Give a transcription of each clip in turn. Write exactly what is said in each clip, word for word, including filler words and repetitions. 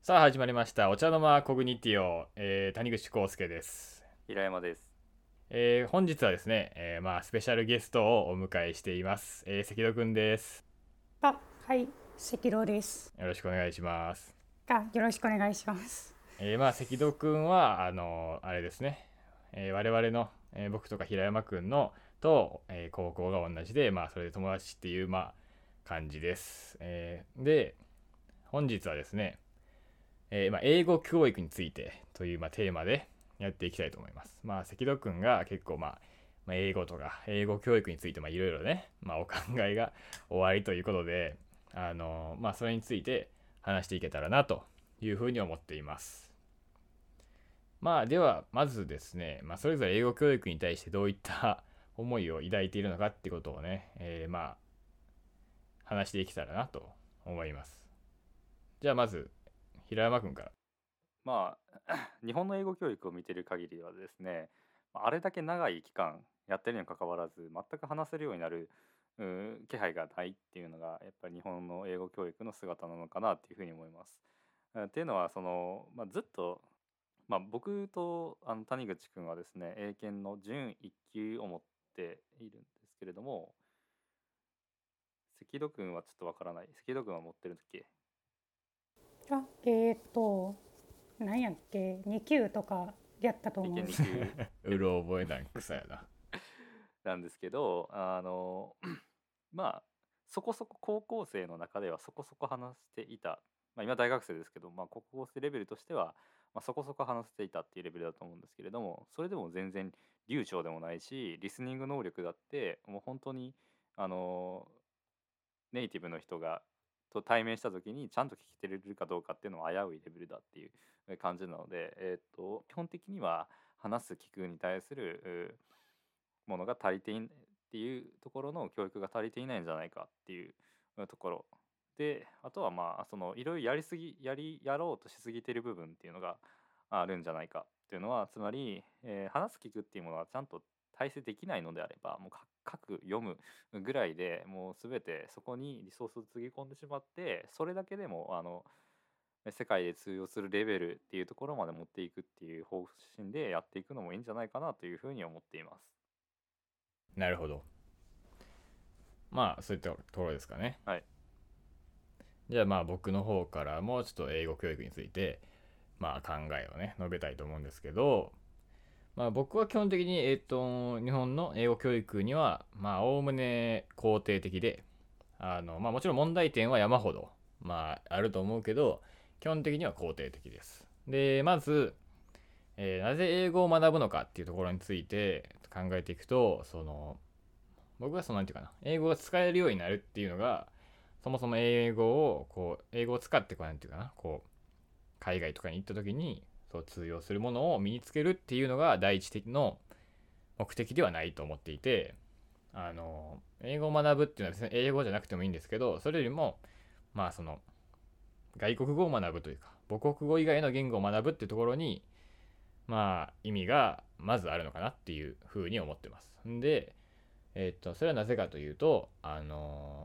さあ始まりましたお茶の間コグニティオ、えー、谷口康介です。 平山です。 えー本日はですね、えーまあ、スペシャルゲストをお迎えしています、えー、関戸くんです。 あ、はい、赤道です。 よろしくお願いします。 あ、よろしくお願いします。 えーまあ関戸くんはあのーあれですね、えー我々の、えー僕とか平山くんのと、えー高校が同じで、まあそれで友達っていうまあ感じです。えーで本日はですね、えーまあ、英語教育についてという、まあ、テーマでやっていきたいと思います。まあ、関戸くんが結構、まあ、まあ、英語とか英語教育についていろいろね、まあ、お考えがおありということで、あのまあ、それについて話していけたらなというふうに思っています。まあ、では、まずですね、まあ、それぞれ英語教育に対してどういった思いを抱いているのかってことをね、えーまあ、話していけたらなと思います。じゃあ、まず、平山くんから。 まあ日本の英語教育を見てる限りではですね、まああれだけ長い期間やってるにもかかわらず全く話せるようになるうー気配がないっていうのがやっぱり日本の英語教育の姿なのかなっていうふうに思います。うんっていうのはその、まあ、ずっと、まあ、僕とあの谷口くんはですね英検の準いっ級を持っているんですけれども、赤戸くんはちょっとわからない。赤戸くんは持ってるんだっけ？ あ、えー、っと、なんやっけ、に級とかやったと英検思う。 に級うろ覚えなんくさやな。 なんですけど、あのまあそこそこ高校生の中ではそこそこ話していた、まあ、今大学生ですけど、まあ、高校生レベルとしては、まあ、そこそこ話せていたっていうレベルだと思うんですけれども、それでも全然流暢でもないし、リスニング能力だってもう本当にあのネイティブの人がと対面した時にちゃんと聞き取れるかどうかっていうのは危ういレベルだっていう感じなので、えーっと基本的には話す聞くに対するうものが足りていんっていうところの教育が足りていないんじゃないかっていうところで、あとはまあそのいろいろやりすぎやりやろうとしすぎてる部分っていうのがあるんじゃないかっていうのは、つまり、えー話す聞くっていうものはちゃんと体制できないのであれば、もうか書く読むぐらいでもう全てそこにリソースをつぎ込んでしまって、それだけでもあの世界で通用するレベルっていうところまで持っていくっていう方針でやっていくのもいいんじゃないかなというふうに思っています。 なるほど。まあそういったところですかね。 はい。 じゃあまあ僕の方からもちょっと英語教育についてまあ考えをね述べたいと思うんですけど、まあ僕は基本的にえっ、と日本の英語教育にはまあおおむね肯定的で、あのまあもちろん問題点は山ほどまああると思うけど、基本的には肯定的です。でまず、えーなぜ英語を学ぶのかっていうところについて考えていくと、その僕はそのなんていうかな、英語が使えるようになるっていうのが、そもそも英語をこう英語を使ってこうなんていうかな、こう海外とかに行った時にそう通用するものを身につけるっていうのが第一的の目的ではないと思っていて、あの英語を学ぶっていうのは別に英語じゃなくてもいいんですけど、それよりもまあその外国語を学ぶというか母国語以外の言語を学ぶっていうところにまあ意味がまずあるのかなっていうふうに思ってます。んで、えっとそれはなぜかというと、あの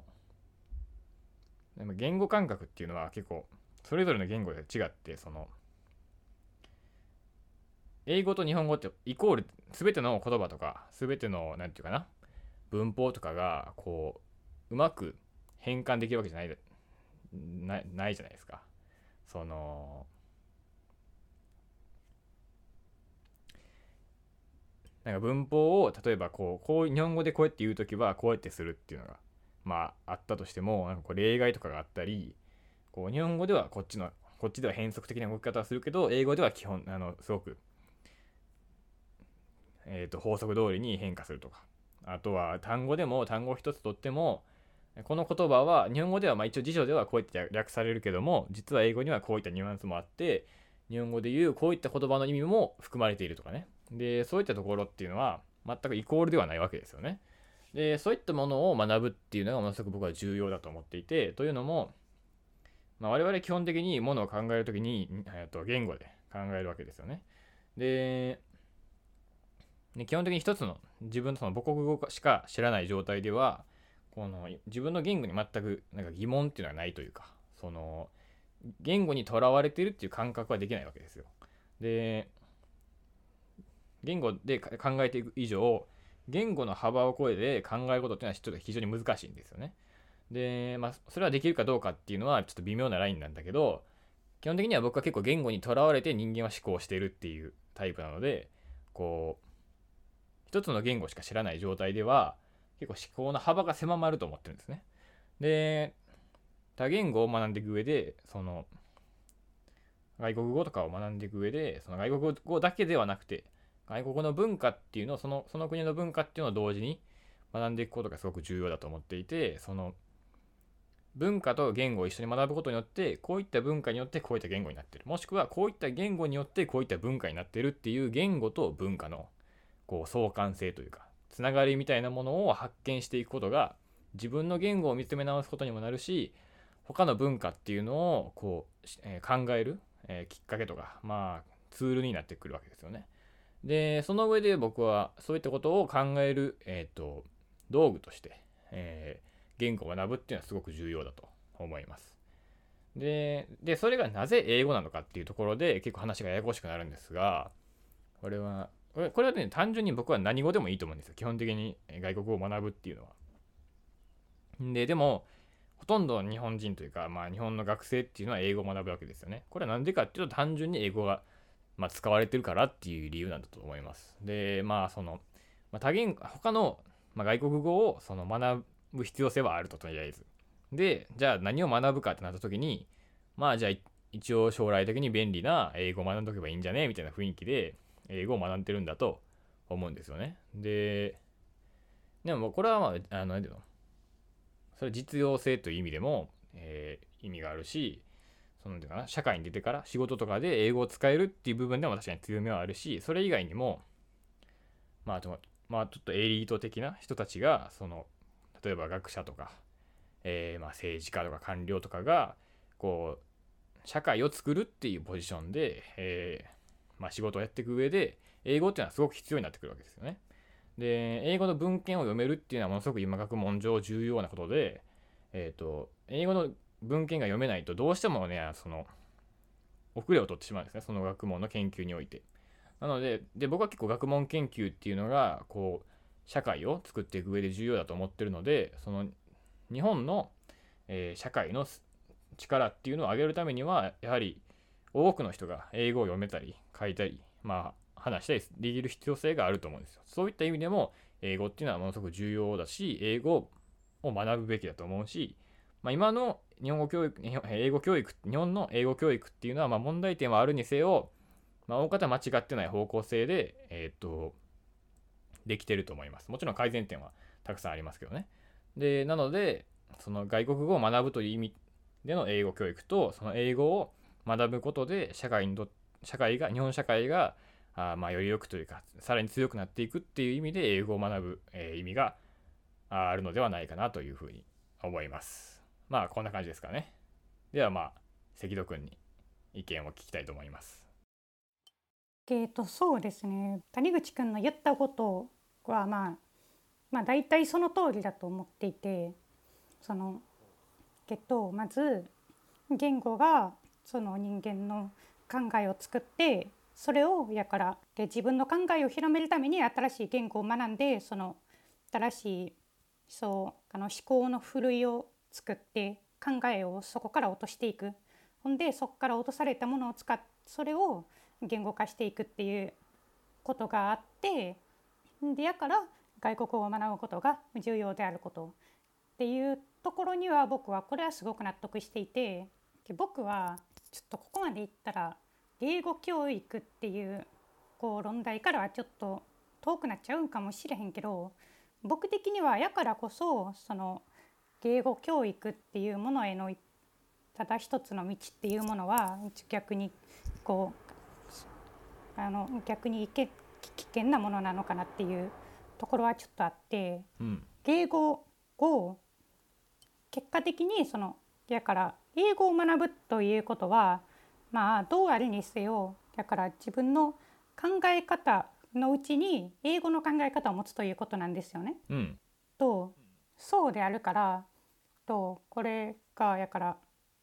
言語感覚っていうのは結構それぞれの言語で違って、その英語と日本語ってイコール全ての言葉とか全てのなんていうかな文法とかがこううまく変換できるわけじゃないなないじゃないですか。そのなんか文法を例えばこうこう日本語でこうやって言うときはこうやってするっていうのがまああったとしても、なんかこう例外とかがあったり、こう日本語ではこっちのこっちでは変則的な動き方をするけど、英語では基本あのすごく、えー、と法則通りに変化するとか、あとは単語でも単語一つとっても、この言葉は日本語ではまあ一応辞書ではこうやって略されるけども、実は英語にはこういったニュアンスもあって、日本語で言うこういった言葉の意味も含まれているとかね。でそういったところっていうのは全くイコールではないわけですよね。でそういったものを学ぶっていうのがものすごく僕は重要だと思っていて、というのも、まあ、我々基本的にものを考えるときに、えー、と言語で考えるわけですよね。でで基本的に一つの自分のその母国語しか知らない状態では、この自分の言語に全くなんか疑問っていうのはないというか、その言語にとらわれてるっていう感覚はできないわけですよ。で言語で考えていく以上、言語の幅を超えて考えることっていうのはちょっと非常に難しいんですよね。で、まあ、それはできるかどうかっていうのはちょっと微妙なラインなんだけど、基本的には僕は結構言語にとらわれて人間は思考してるっていうタイプなので、こう一つの言語しか知らない状態では結構思考の幅が狭まると思ってるんですね。で、多言語を学んでいく上で、その外国語とかを学んでいく上で、その外国語だけではなくて、外国の文化っていうのを、そのその国の文化っていうのを同時に学んでいくことがすごく重要だと思っていて、その文化と言語を一緒に学ぶことによって、こういった文化によってこういった言語になってる、もしくはこういった言語によってこういった文化になってるっていう言語と文化のこう相関性というかつながりみたいなものを発見していくことが、自分の言語を見つめ直すことにもなるし、他の文化っていうのをこう、えー考える、えーきっかけとか、まあツールになってくるわけですよね。で、その上で僕はそういったことを考える、えーと道具として、えー言語を学ぶっていうのはすごく重要だと思います。で、でそれがなぜ英語なのかっていうところで結構話がややこしくなるんですが、これはこれこれはね、単純に僕は何語でもいいと思うんですよ、基本的に外国語を学ぶっていうのは。で、でもほとんどの日本人というか、まあ、日本の学生っていうのは英語を学ぶわけですよね。これはなんでかっていうと、単純に英語が、まあ、使われてるからっていう理由なんだと思います。で、まあその、まあ、多言他の、まあ、外国語をその学ぶ必要性はあると、とりあえず。で、じゃあ何を学ぶかってなった時に、まあじゃあ一応将来的に便利な英語を学んどけばいいんじゃねみたいな雰囲気で英語を学んでるんだと思うんですよね。で、でもこれはまあ、あの、なんていうの、それ実用性という意味でも、えー意味があるし、そのなんていうかな、社会に出てから仕事とかで英語を使えるっていう部分でも確かに強みはあるし、それ以外にも、まあ、あとまあちょっとエリート的な人たちが、その例えば学者とか、えーまあ政治家とか官僚とかがこう社会を作るっていうポジションで、えーまあ、仕事をやっていく上で英語っていうのはすごく必要になってくるわけですよね。で、英語の文献を読めるっていうのはものすごく今学問上重要なことで、えっと、英語の文献が読めないとどうしてもね、その遅れを取ってしまうんですね、その学問の研究において。なので、で僕は結構学問研究っていうのがこう社会を作っていく上で重要だと思ってるので、その日本の、えー社会の力っていうのを上げるためには、やはり多くの人が英語を読めたり書いたり、まあ話したりできる必要性があると思うんですよ。そういった意味でも英語っていうのはものすごく重要だし、英語を学ぶべきだと思うし、まあ、今の日本語教育、英語教育、日本の英語教育っていうのはまあ問題点はあるにせよ、まあ、大方間違ってない方向性で、えーっと、できてると思います。もちろん改善点はたくさんありますけどね。で、なので、その外国語を学ぶという意味での英語教育と、その英語を学ぶことで社会にど社会が日本社会があまあより良くというかさらに強くなっていくっていう意味で英語を学ぶ、えー意味がああるのではないかなというふうに思います。まあこんな感じですかね。ではまあ関戸くんに意見を聞きたいと思います。 えーとそうですね、谷口くんの言ったことはまあまあ大体その通りだと思っていて、そのけどまず言語がその人間の考えを作って、それをやからで自分の考えを広めるために新しい言語を学んで、その新しいそうあの思考のふるいを作って考えをそこから落としていく。ほんでそこから落とされたものを使ってそれを言語化していくっていうことがあって、でやから外国語を学ぶことが重要であることっていうところには僕はこれはすごく納得していて、で僕はちょっとここまでいったら英語教育っていうこう論題からはちょっと遠くなっちゃうんかもしれへんけど、僕的にはやからこそその英語教育っていうものへのただ一つの道っていうものは逆にこうあの逆に危険なものなのかなっていうところはちょっとあって、 うん、 英語を結果的にそのだから英語を学ぶということはまあどうあるにせよだから自分の考え方のうちに英語の考え方を持つということなんですよね。 うん、 とそうであるからとこれがやから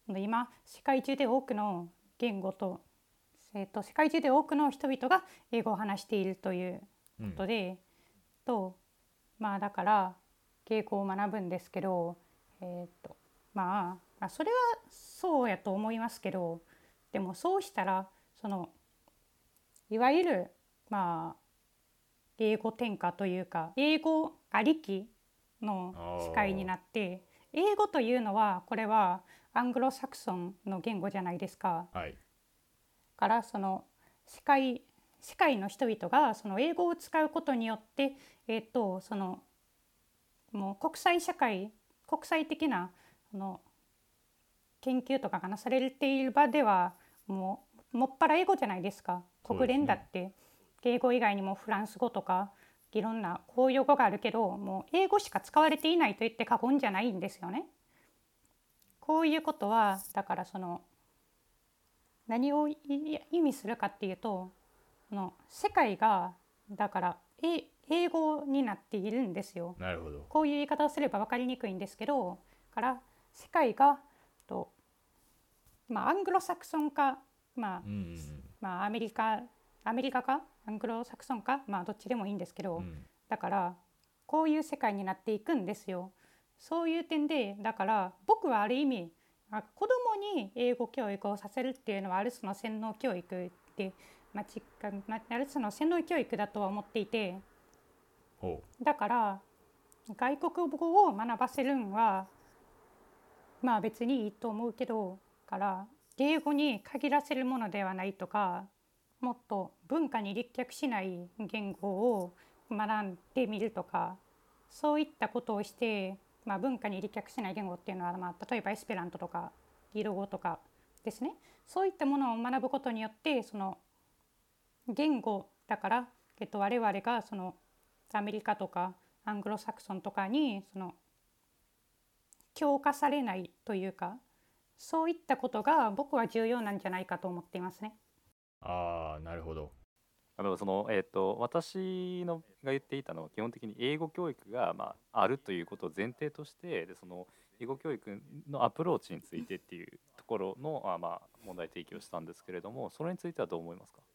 今世界中で多くの言語と、えー、と世界中で多くの人々が英語を話しているということで、うん、とまあだから英語を学ぶんですけど、えーとまあ、まあそれはそうやと思いますけど、でもそうしたらそのいわゆるまあ英語転化というか英語ありきの視界になって、英語というのはこれはアングロサクソンの言語じゃないですか。 はい、 からその世界世界の人々がその英語を使うことによって、えー、とそのもう国際社会国際的なあの研究とかがなされている場ではもうもっぱら英語じゃないですか。国連だって英語以外にもフランス語とかいろんな公用語があるけど、もう英語しか使われていないと言って過言じゃないんですよね。こういうことはだからその何を意味するかっていうと、の世界がだから英語になっているんですよ。 なるほど。 こういう言い方をすれば分かりにくいんですけど、から世界がと、まあ、アングロサクソンか、まあ、うんうんうん、まあアメリカアメリカかアングロサクソンか、まあどっちでもいいんですけど、うん、だからこういう世界になっていくんですよ。そういう点でだから僕はある意味子供に英語教育をさせるっていうのはある種の洗脳教育ってまあ、ある種の洗脳教育だとは思っていて、だから外国語を学ばせるんはまあ別にいいと思うけど、から英語に限らせるものではないとか、もっと文化に立脚しない言語を学んでみるとか、そういったことをして、まあ、文化に立脚しない言語っていうのは、まあ、例えばエスペラントとかイロ語とかですね、そういったものを学ぶことによってその言語だから、えっと、我々がそのアメリカとかアングロサクソンとかにその強化されないというか、そういったことが僕は重要なんじゃないかと思っていますね。 ああ、なるほど。 あのそのえー、と私のが言っていたのは基本的に英語教育が、まあ、あるということを前提として、でその英語教育のアプローチについてっていうところのあ、まあ、問題提起をしたんですけれども、それについてはどう思いますか？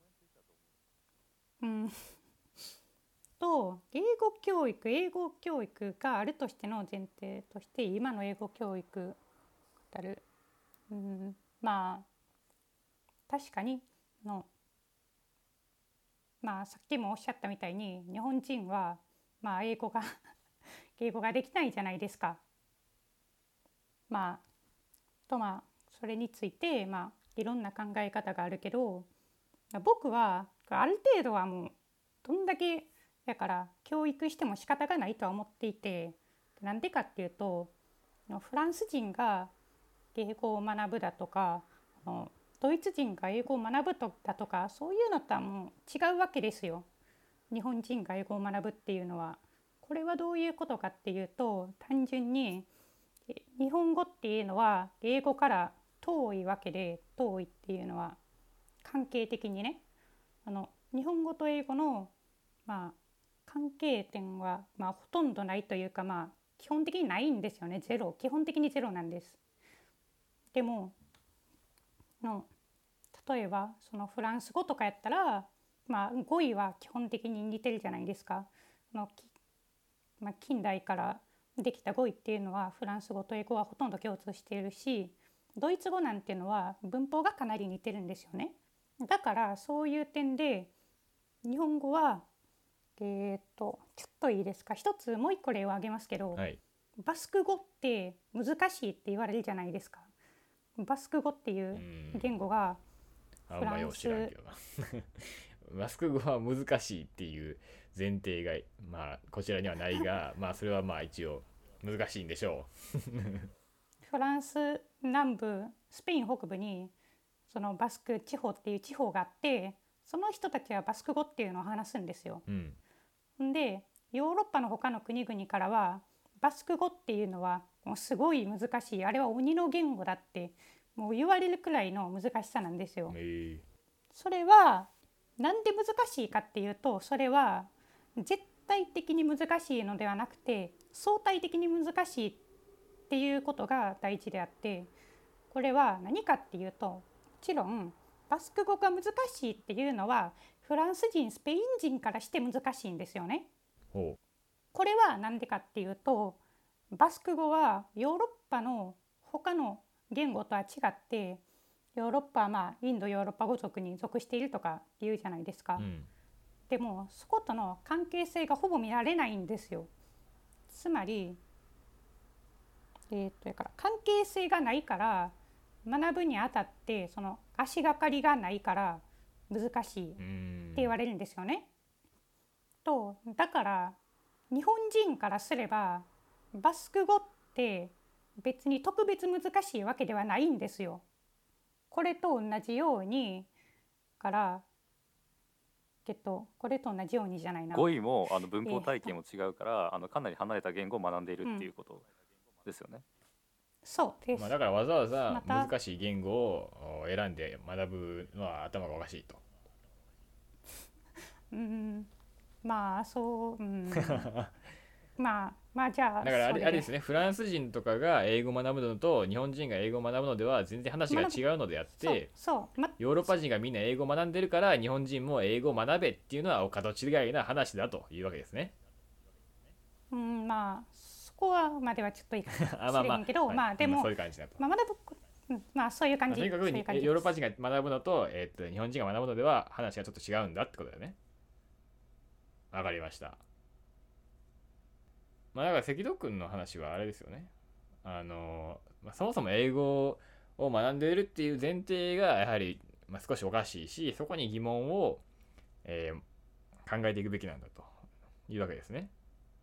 うんと英語教育英語教育があるとしての前提として、今の英語教育たる、うん、まあ確かにのまあさっきもおっしゃったみたいに日本人はまあ英語が英語ができないじゃないですか。まあとまあそれについてまあいろんな考え方があるけど、僕はある程度はもうどんだけだから教育しても仕方がないとは思っていて、なんでかっていうとフランス人が英語を学ぶだとかドイツ人が英語を学ぶだとか、そういうのとはもう違うわけですよ。日本人が英語を学ぶっていうのは、これはどういうことかっていうと、単純に日本語っていうのは英語から遠いわけで、遠いっていうのは関係的にね、あの日本語と英語のまあ関係点はまあほとんどないというか、まあ基本的にないんですよね。ゼロ、基本的にゼロなんです。でもの例えばそのフランス語とかやったら、まあ、語彙は基本的に似てるじゃないですか。の、まあ、近代からできた語彙っていうのはフランス語と英語はほとんど共通しているし、ドイツ語なんていうのは文法がかなり似てるんですよね。だからそういう点で日本語はえー、っとちょっといいですか、一つもう一個例を挙げますけど、 はい、 バスク語って難しいって言われるじゃないですか。バスク語っていう言語があんまよう知らんけどなバスク語は難しいっていう前提がまあこちらにはないがまあそれはまあ一応難しいんでしょうフランス南部スペイン北部にそのバスク地方っていう地方があって、その人たちはバスク語っていうのを話すんですよ、うん、でヨーロッパの他の国々からはバスク語っていうのはもうすごい難しい、あれは鬼の言語だってもう言われるくらいの難しさなんですよ、 えー、 それはなんで難しいかっていうと、それは絶対的に難しいのではなくて相対的に難しいっていうことが大事であって、 これは何かっていうと、もちろんバスク語が難しいっていうのはフランス人スペイン人からして難しいんですよね。 ほこれは何でかっていうと、バスク語はヨーロッパの他の言語とは違って、ヨーロッパはまあインドヨーロッパ語族に属しているとか言うじゃないですか、 う、うん、 でもそことの関係性がほぼ見られないんですよ。つまり、えー、とだから関係性がないから学ぶにあたってその足がかりがないから難しいって言われるんですよね。とだから日本人からすればバスク語って別に特別難しいわけではないんですよ。これと同じようにからえっとこれと同じようにじゃないな。 語彙もあの文法体系も違うから、あのかなり離れた言語を学んでいるっていうことですよね。 そうです。 まあ、だからわざわざまた難しい言語を選んで学ぶのは頭がおかしいと。 うーんまあそう、うん、まあまあじゃあだからあれ、 それあれですね、フランス人とかが英語を学ぶのと日本人が英語を学ぶのでは全然話が違うのであっそうて、 そう、ま、 ヨーロッパ人がみんな英語を学んでるから日本人も英語を学べっていうのはお門違いな話だというわけですね。 うん、まあそこはまではちょっといいかあ、 もしれへんけど、 はいまあでも、 そういう感じだと。 まあ、まだ僕、うん、まあそういう感じ、 とにかくそういう感じヨーロッパ人が学ぶのと、えーっと日本人が学ぶのでは話がちょっと違うんだってことだよね。わかりました。まあだから関戸君の話はあれですよね。あの、まあ、そもそも英語を学んでいるっていう前提がやはり、まあ、少しおかしいし、そこに疑問を、えー考えていくべきなんだというわけですね。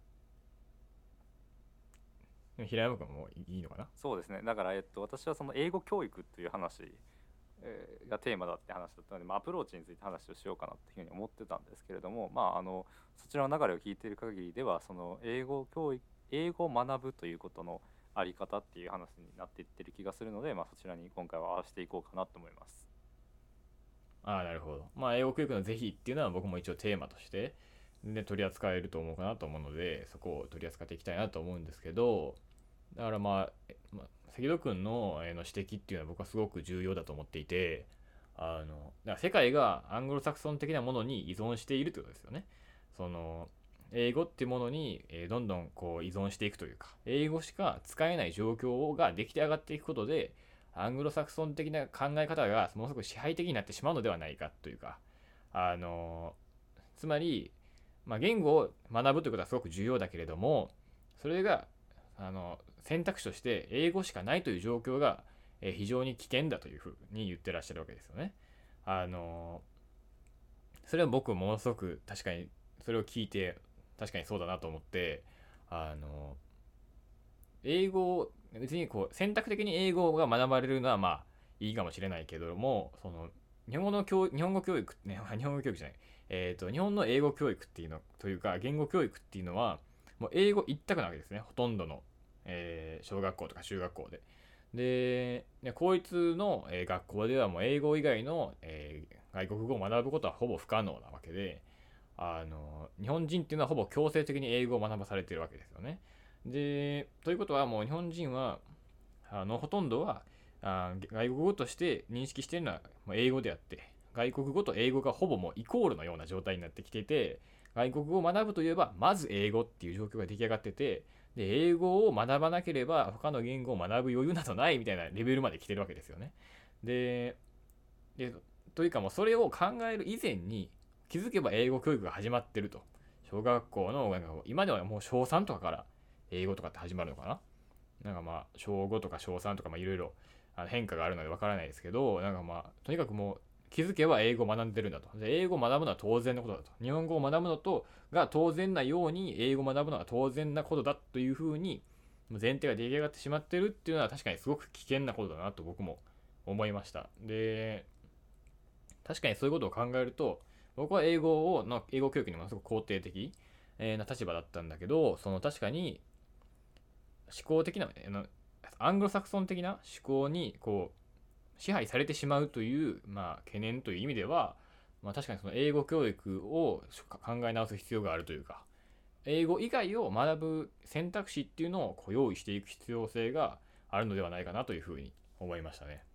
でも平山君もいいのかな。 そうですね。だから、えっと、私はその英語教育という話、えーがテーマだって話だったので、まあ、アプローチについて話をしようかなっていうふうに思ってたんですけれども、まあ、あのそちらの流れを聞いている限りでは、その英語教育英語を学ぶということのあり方っていう話になっていってる気がするので、まあ、そちらに今回は合わせていこうかなと思います。 ああ、なるほど。まあ英語教育の是非っていうのは僕も一応テーマとしてで取り扱えると思うかなと思うので、そこを取り扱っていきたいなと思うんですけど、だからまあ、えまあ、関戸君の、えーの指摘っていうのは僕はすごく重要だと思っていて、あのだから世界がアングロサクソン的なものに依存しているということですよね。その英語っていうものに、えーどんどんこう依存していくというか、英語しか使えない状況が出来上がっていくことで、アングロサクソン的な考え方がものすごく支配的になってしまうのではないかというか、あのつまり、まあ、言語を学ぶということはすごく重要だけれども、それがあの選択肢として英語しかないという状況が、えー非常に危険だというふうに言ってらっしゃるわけですよね。あのそれは僕ものすごく確かにそれを聞いて確かにそうだなと思って、あの英語を別にこう選択的に英語が学ばれるのはまあいいかもしれないけども、その日本語の教日本語教育ね、日本語教育じゃない、えっ、と日本の英語教育っていうのというか言語教育っていうのはもう英語一択なわけですね、ほとんどの、えー小学校とか中学校で。で、ね公立の、えー学校ではもう英語以外の、えー外国語を学ぶことはほぼ不可能なわけで、あの日本人っていうのはほぼ強制的に英語を学ばされているわけですよね。で、ということはもう日本人はあのほとんどはあ外国語として認識しているのはもう英語であって、外国語と英語がほぼもうイコールのような状態になってきていて、外国語を学ぶといえばまず英語っていう状況が出来上がってて、で英語を学ばなければ他の言語を学ぶ余裕などないみたいなレベルまで来てるわけですよね。で、でというかもうそれを考える以前に気づけば英語教育が始まってると。小学校のなんか今ではもう小さんとかから英語とかって始まるのかな。なんかまあ小ごとか小さんとかいろいろ変化があるのでわからないですけど、なんかまあとにかくもう気づけば英語を学んでるんだと。で英語を学ぶのは当然のことだと。日本語を学ぶのとが当然なように英語を学ぶのは当然なことだというふうに前提が出来上がってしまってるっていうのは確かにすごく危険なことだなと僕も思いました。で、確かにそういうことを考えると、僕は英語をの英語教育にものすごく肯定的な立場だったんだけど、その確かに思考的なアングロサクソン的な思考にこう支配されてしまうという、まあ、懸念という意味では、まあ、確かにその英語教育を考え直す必要があるというか、英語以外を学ぶ選択肢っていうのをこう用意していく必要性があるのではないかなというふうに思いましたね。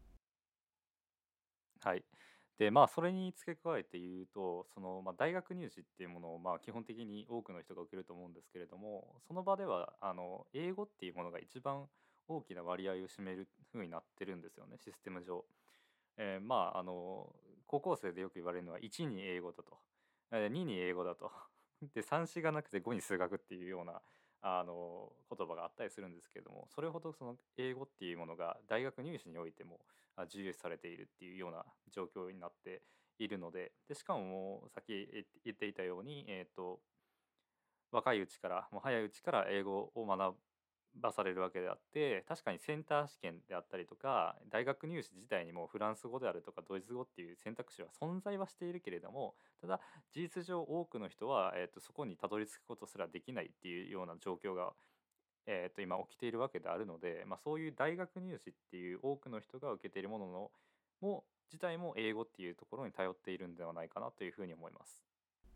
はい。で、まあ、それに付け加えて言うと、その、まあ、大学入試っていうものを、まあ、基本的に多くの人が受けると思うんですけれども、その場では、あの、英語っていうものが一番大きな割合を占める風になってるんですよね、システム上。えーまあ、あの、高校生でよく言われるのは、いちに英語だと、えーにに英語だと、で、さん、よんがなくてごに数学っていうような、あの、言葉があったりするんですけれども、それほどその英語っていうものが大学入試においてもあ重要視されているっていうような状況になっているので、でしかももうさっき言って言っていたように、えーと、若いうちからもう早いうちから英語を学ばされるわけであって、確かにセンター試験であったりとか大学入試自体にもフランス語であるとかドイツ語っていう選択肢は存在はしているけれども、ただ事実上多くの人は、えーとそこにたどり着くことすらできないっていうような状況が、えーと今起きているわけであるので、まあ、そういう大学入試っていう多くの人が受けているもののも自体も英語っていうところに頼っているんではないかなというふうに思います。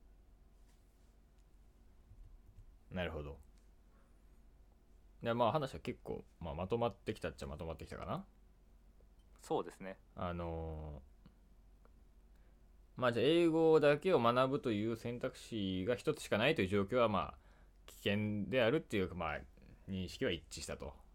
なるほど。でまあ話は結構、まあ、まとまってきたっちゃまとまってきたかな。 そうですね。 あのーまあじゃあ英語だけを学ぶという選択肢が一つしかないという状況はまあ危険であるっていうか、まあ認識は一致したと。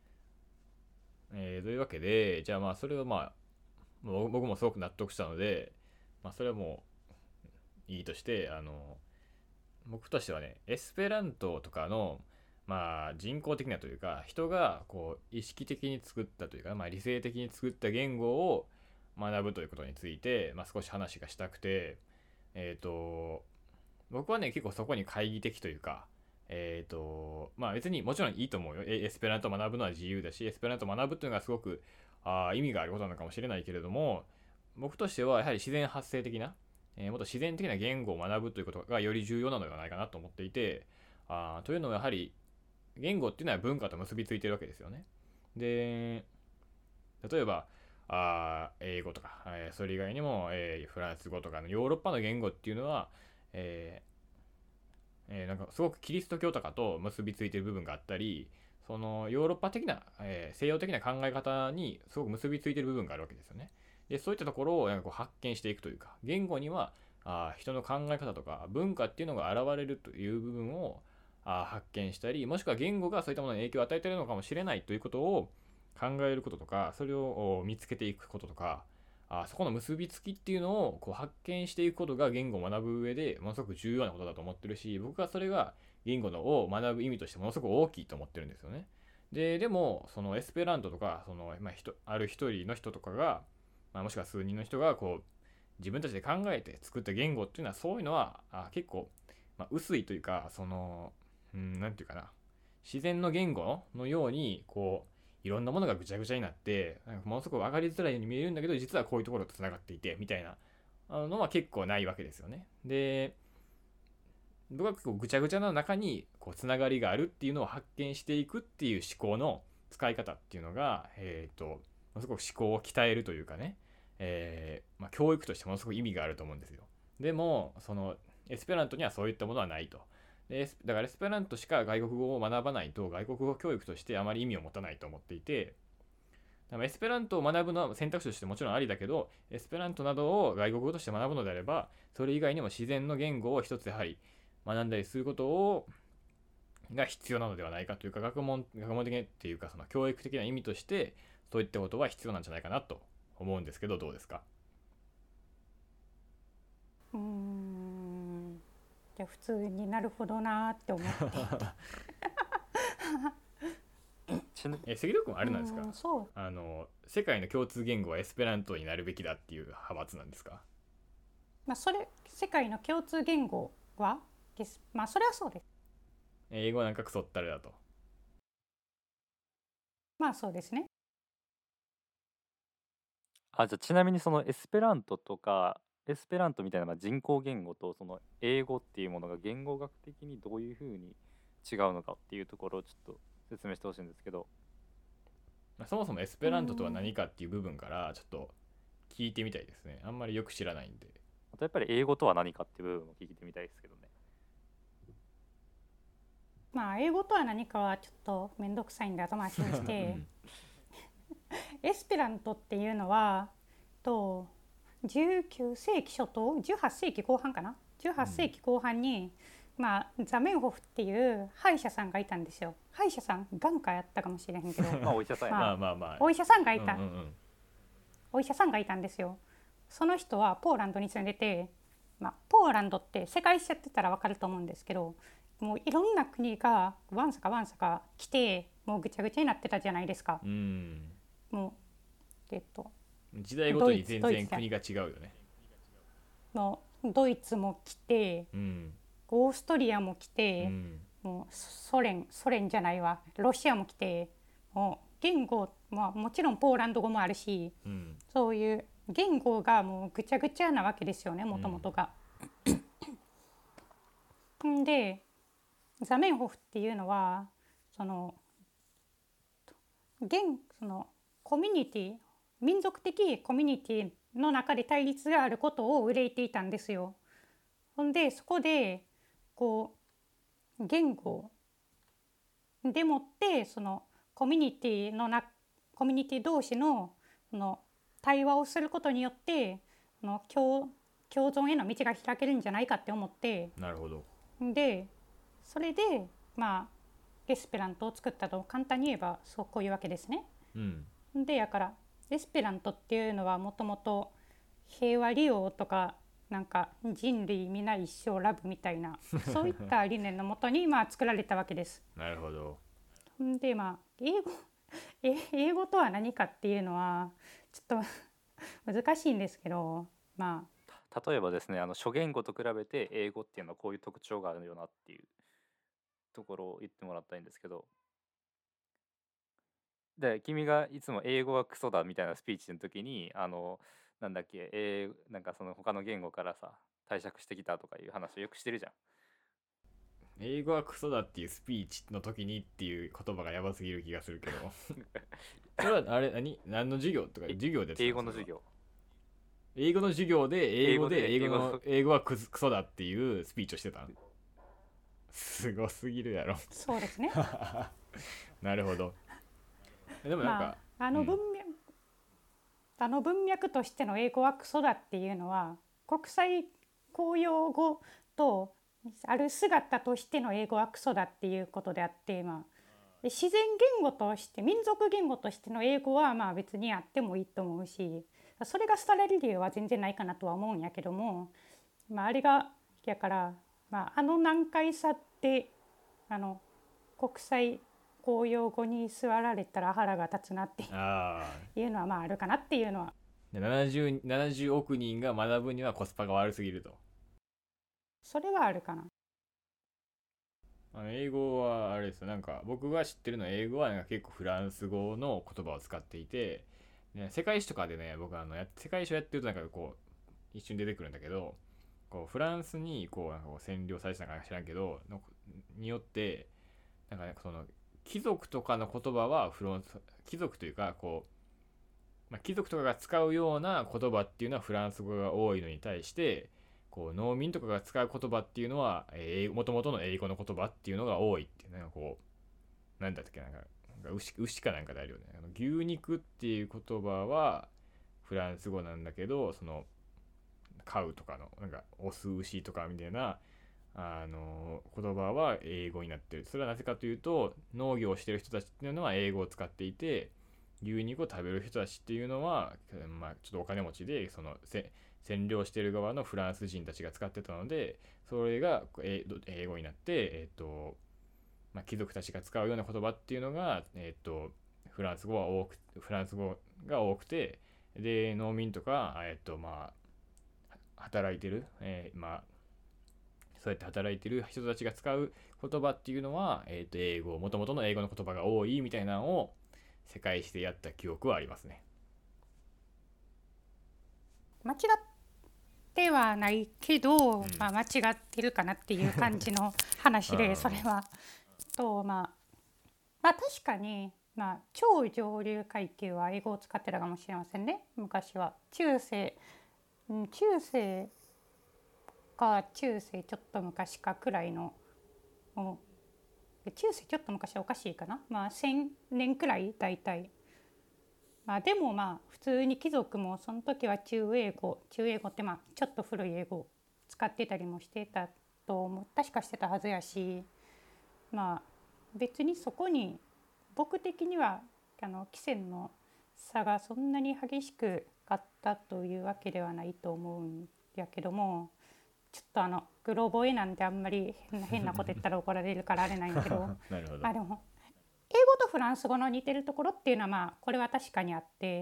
えー、というわけで、じゃあまあそれはまあ僕もすごく納得したので、まあそれはもういいとして、あの僕としてはね、エスペラントとかのまあ人工的なというか、人がこう意識的に作ったというか、まあ理性的に作った言語を学ぶということについて、まあ、少し話がしたくて、えっ、と僕はね結構そこに懐疑的というか、えっ、とまあ別にもちろんいいと思うよ。エスペラントを学ぶのは自由だし、エスペラントを学ぶっていうのがすごくあ意味があることなのかもしれないけれども、僕としてはやはり自然発生的な、えーもっと自然的な言語を学ぶということがより重要なのではないかなと思っていて、あというのはやはり言語っていうのは文化と結びついているわけですよね。で、例えばあ英語とか、えーそれ以外にも、えーフランス語とかのヨーロッパの言語っていうのは、えーえーなんかすごくキリスト教とかと結びついている部分があったり、そのヨーロッパ的な、えー西洋的な考え方にすごく結びついている部分があるわけですよね。でそういったところをなんかこう発見していくというか、言語にはあ人の考え方とか文化っていうのが現れるという部分をあ発見したり、もしくは言語がそういったものに影響を与えているのかもしれないということを考えることとか、それを見つけていくこととか、あそこの結びつきっていうのをこう発見していくことが言語を学ぶ上でものすごく重要なことだと思ってるし、僕はそれが言語のを学ぶ意味としてものすごく大きいと思ってるんですよね。で、でも、そのエスペラントとか、その、まあ、人ある一人の人とかが、まあ、もしくは数人の人がこう自分たちで考えて作った言語っていうのは、そういうのはあ結構、まあ、薄いというか、その、うん、なんていうかな、自然の言語のように、こう、いろんなものがぐちゃぐちゃになって、なんかものすごく分かりづらいように見えるんだけど、実はこういうところと繋がっていて、みたいなのは結構ないわけですよね。で、僕は結構ぐちゃぐちゃな中にこうつながりがあるっていうのを発見していくっていう思考の使い方っていうのが、えっ、ー、と、すごく思考を鍛えるというかね、えーまあ、教育としてものすごく意味があると思うんですよ。でも、そのエスペラントにはそういったものはないと。でだからエスペラントしか外国語を学ばないと外国語教育としてあまり意味を持たないと思っていて、エスペラントを学ぶのは選択肢としてもちろんありだけど、エスペラントなどを外国語として学ぶのであれば、それ以外にも自然の言語を一つやはり学んだりすることをが必要なのではないかというか、学問学問的っていうか、その教育的な意味としてそういったことは必要なんじゃないかなと思うんですけど、どうですか？ うーんじゃあ普通になるほどなって思ってえ関戸君はあれなんですか？ うんそうあの世界の共通言語はエスペラントになるべきだっていう派閥なんですか？ まあそれ世界の共通言語はですまあそれはそうです。 英語なんかクソったれだと。 まあそうですね。 あ、じゃあちなみにそのエスペラントとか、エスペラントみたいなまあ人工言語とその英語っていうものが言語学的にどういうふうに違うのかっていうところをちょっと説明してほしいんですけど。 そもそもエスペラントとは何かっていう部分からちょっと聞いてみたいですね。あんまりよく知らないんで。 あとやっぱり英語とは何かっていう部分も聞いてみたいですけどね。 まあ英語とは何かはちょっと面倒くさいんで後回しにしてエスペラントっていうのはとじゅうきゅうせいき初頭じゅうはっせいきこう半かなじゅうはっせいきこう半に、まあ、ザメンホフっていう歯医者さんがいたんですよ。歯医者さん眼科やったかもしれへんけどまあお医者さんやな、 まあまあまあお医者さんがいた、 うんうんうん、 お医者さんがいたんですよ。その人はポーランドに住んでて、まあ、ポーランドって世界史やってたら分かると思うんですけど、もういろんな国がわんさかわんさか来てもうぐちゃぐちゃになってたじゃないですか。 うん、 もうえっと時代ごとに全ドイツ然国が違うよね。 のドイツも来て、 うん、 オーストリアも来うて、 ん、 もうソ連ソ連じゃないわロシアも来て、もう言語、まあ、もちろんポーランド語もあるし、 うん、 そういう言語がもうぐちゃぐちゃなわけですよね、もともとが。んでザメンホフっていうのはその現そのコミュニティ民族的コミュニティの中で対立があることを憂いていたんですよ。ほんでそこでこう言語でもってそのコミュニティのなコミュニティ同士のその対話をすることによってその共共存への道が開けるんじゃないかって思って、 なるほど。 でそれでまあエスペラントを作ったと簡単に言えばそうこういうわけですね。 うん、 でやからエスペラントっていうのはもともと平和利用とかなんか人類皆一生ラブみたいなそういった理念のもとにまあ作られたわけです。 なるほど。 でまあ英語え英語とは何かっていうのはちょっと難しいんですけど、ま例えばですね、あの諸言語と比べて英語っていうのはこういう特徴があるよなっていうところを言ってもらったらいいんですけど、で君がいつも英語はクソだみたいなスピーチの時にあのなんだっけ、えー、なんかその他の言語からさ貸借してきたとかいう話をよくしてるじゃん。 英語はクソだっていうスピーチの時にっていう言葉がやばすぎる気がするけどそれはあれ何何の授業とか授業で英語の授業英語の授業で英語で英語の英語で英語はクソだっていうスピーチをしてたの。すごすぎるやろあそうですねなるほど。でもなんか、 まあ、あの文脈、うん、あの文脈としての英語はクソだっていうのは国際公用語とある姿としての英語はクソだっていうことであって、まあ、自然言語として民族言語としての英語はまあ別にあってもいいと思うし、それが廃れる理由は全然ないかなとは思うんやけども、まあ、あれがやから、まあ、あの難解さってあの国際公用語に座られたら腹が立つなっていうのはまああるかなっていうのは。 ななじゅう、ななじゅうおく人が学ぶにはコスパが悪すぎると。 それはあるかな。 あの英語はあれですよ、なんか僕が知ってるのは英語はなんか結構フランス語の言葉を使っていて、ね、世界史とかでね、僕あのや世界史をやってるとなんかこう一瞬出てくるんだけど、こうフランスにこうなんかこう占領されてたか知らんけどのによってなんかね、その貴族とかの言葉はフランス貴族というかこう、まあ、貴族とかが使うような言葉っていうのはフランス語が多いのに対して、こう農民とかが使う言葉っていうのはもともとの英語の言葉っていうのが多いっていう、なんかこうなんだったっけ、なんか牛牛かなんかであるよね。あの牛肉っていう言葉はフランス語なんだけど、そのカウとかのなんかオス牛とかみたいなあの言葉は英語になってる。それはなぜかというと、農業をしてる人たちっていうのは英語を使っていて、牛肉を食べる人たちっていうのは、まあ、ちょっとお金持ちでその占領してる側のフランス人たちが使ってたので、それが英語になって、えっとまあ、貴族たちが使うような言葉っていうのが、えっとフランス語は多くフランス語が多くて、で農民とか、えっとまあ働いてる、えー、まあそうやって働いてる人たちが使う言葉っていうのは、えー、と英語、もともとの英語の言葉が多いみたいなのを世界史でやった記憶はありますね。 間違ってはないけど、 うんまあ、間違ってるかなっていう感じの話でそれはと、まあ、まあ確かに、まあ、超上流階級は英語を使ってたかもしれませんね。昔は中世、うん、中世か中世ちょっと昔かくらいの、中世ちょっと昔はおかしいかな、まあせんねんくらいだいたいまあでもまあ普通に貴族もその時は中英語中英語ってまあちょっと古い英語を使ってたりもしてたと思う、確かしてたはずやし、まあ別にそこに僕的にはあの貴賤の差がそんなに激しくあったというわけではないと思うんやけども、ちょっとあのグロボエなんであんまり変な変なこと言ったら怒られるからあれなんやけどなるほど。 まあでも英語とフランス語の似てるところっていうのはまあこれは確かにあって、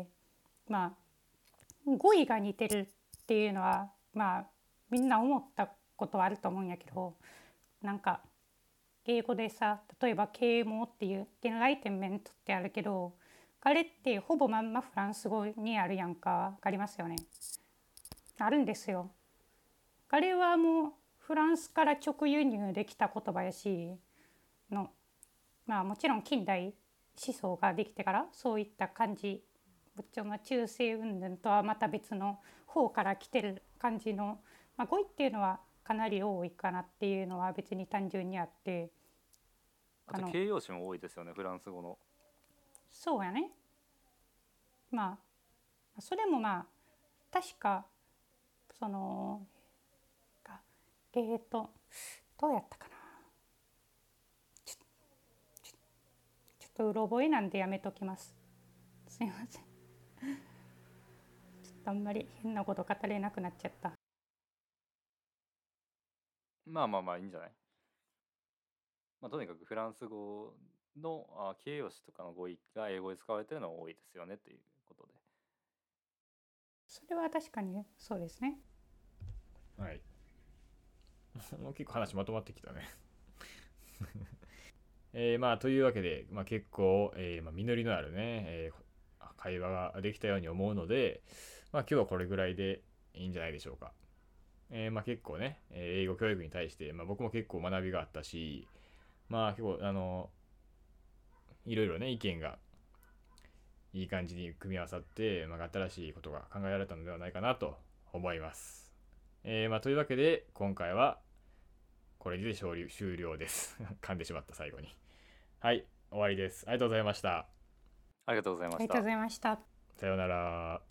まあ語彙が似てるっていうのはまあみんな思ったことはあると思うんやけど、なんか英語でさ、例えば啓蒙っていうエンライテンメントってあるけど、あれってほぼまんまフランス語にあるやんか。わかりますよね。あるんですよ。あれはもうフランスから直輸入できた言葉やしの、まあもちろん近代思想ができてからそういった感じ、中世云々とはまた別の方から来てる感じの、まあ、語彙っていうのはかなり多いかなっていうのは別に単純にあって、 あと形容詞も多いですよね、フランス語の。 そうやね。まあそれもまあ確かそのえーとどうやったかな、ちょちょちょっとうろ覚えなんでやめときます。すいません。ちょっとあんまり変なこと語れなくなっちゃった。 まあまあまあいいんじゃない。まあ、とにかくフランス語のあ形容詞とかの語彙が英語で使われてるのは多いですよねということで。 それは確かにそうですね。 はい。もう結構話まとまってきたねえー、まあというわけで、まあ、結構、えーまあ、実りのあるね、えー、会話ができたように思うので、まあ、今日はこれぐらいでいいんじゃないでしょうか。えー、まあ結構ね、えー英語教育に対して、まあ、僕も結構学びがあったし、まあ結構あのいろいろね意見がいい感じに組み合わさって、まあ、新しいことが考えられたのではないかなと思います。えーまあ、というわけで今回はこれで終了です噛んでしまった最後に。はい、終わりです。ありがとうございました。 ありがとうございました。 ありがとうございました。 さようなら。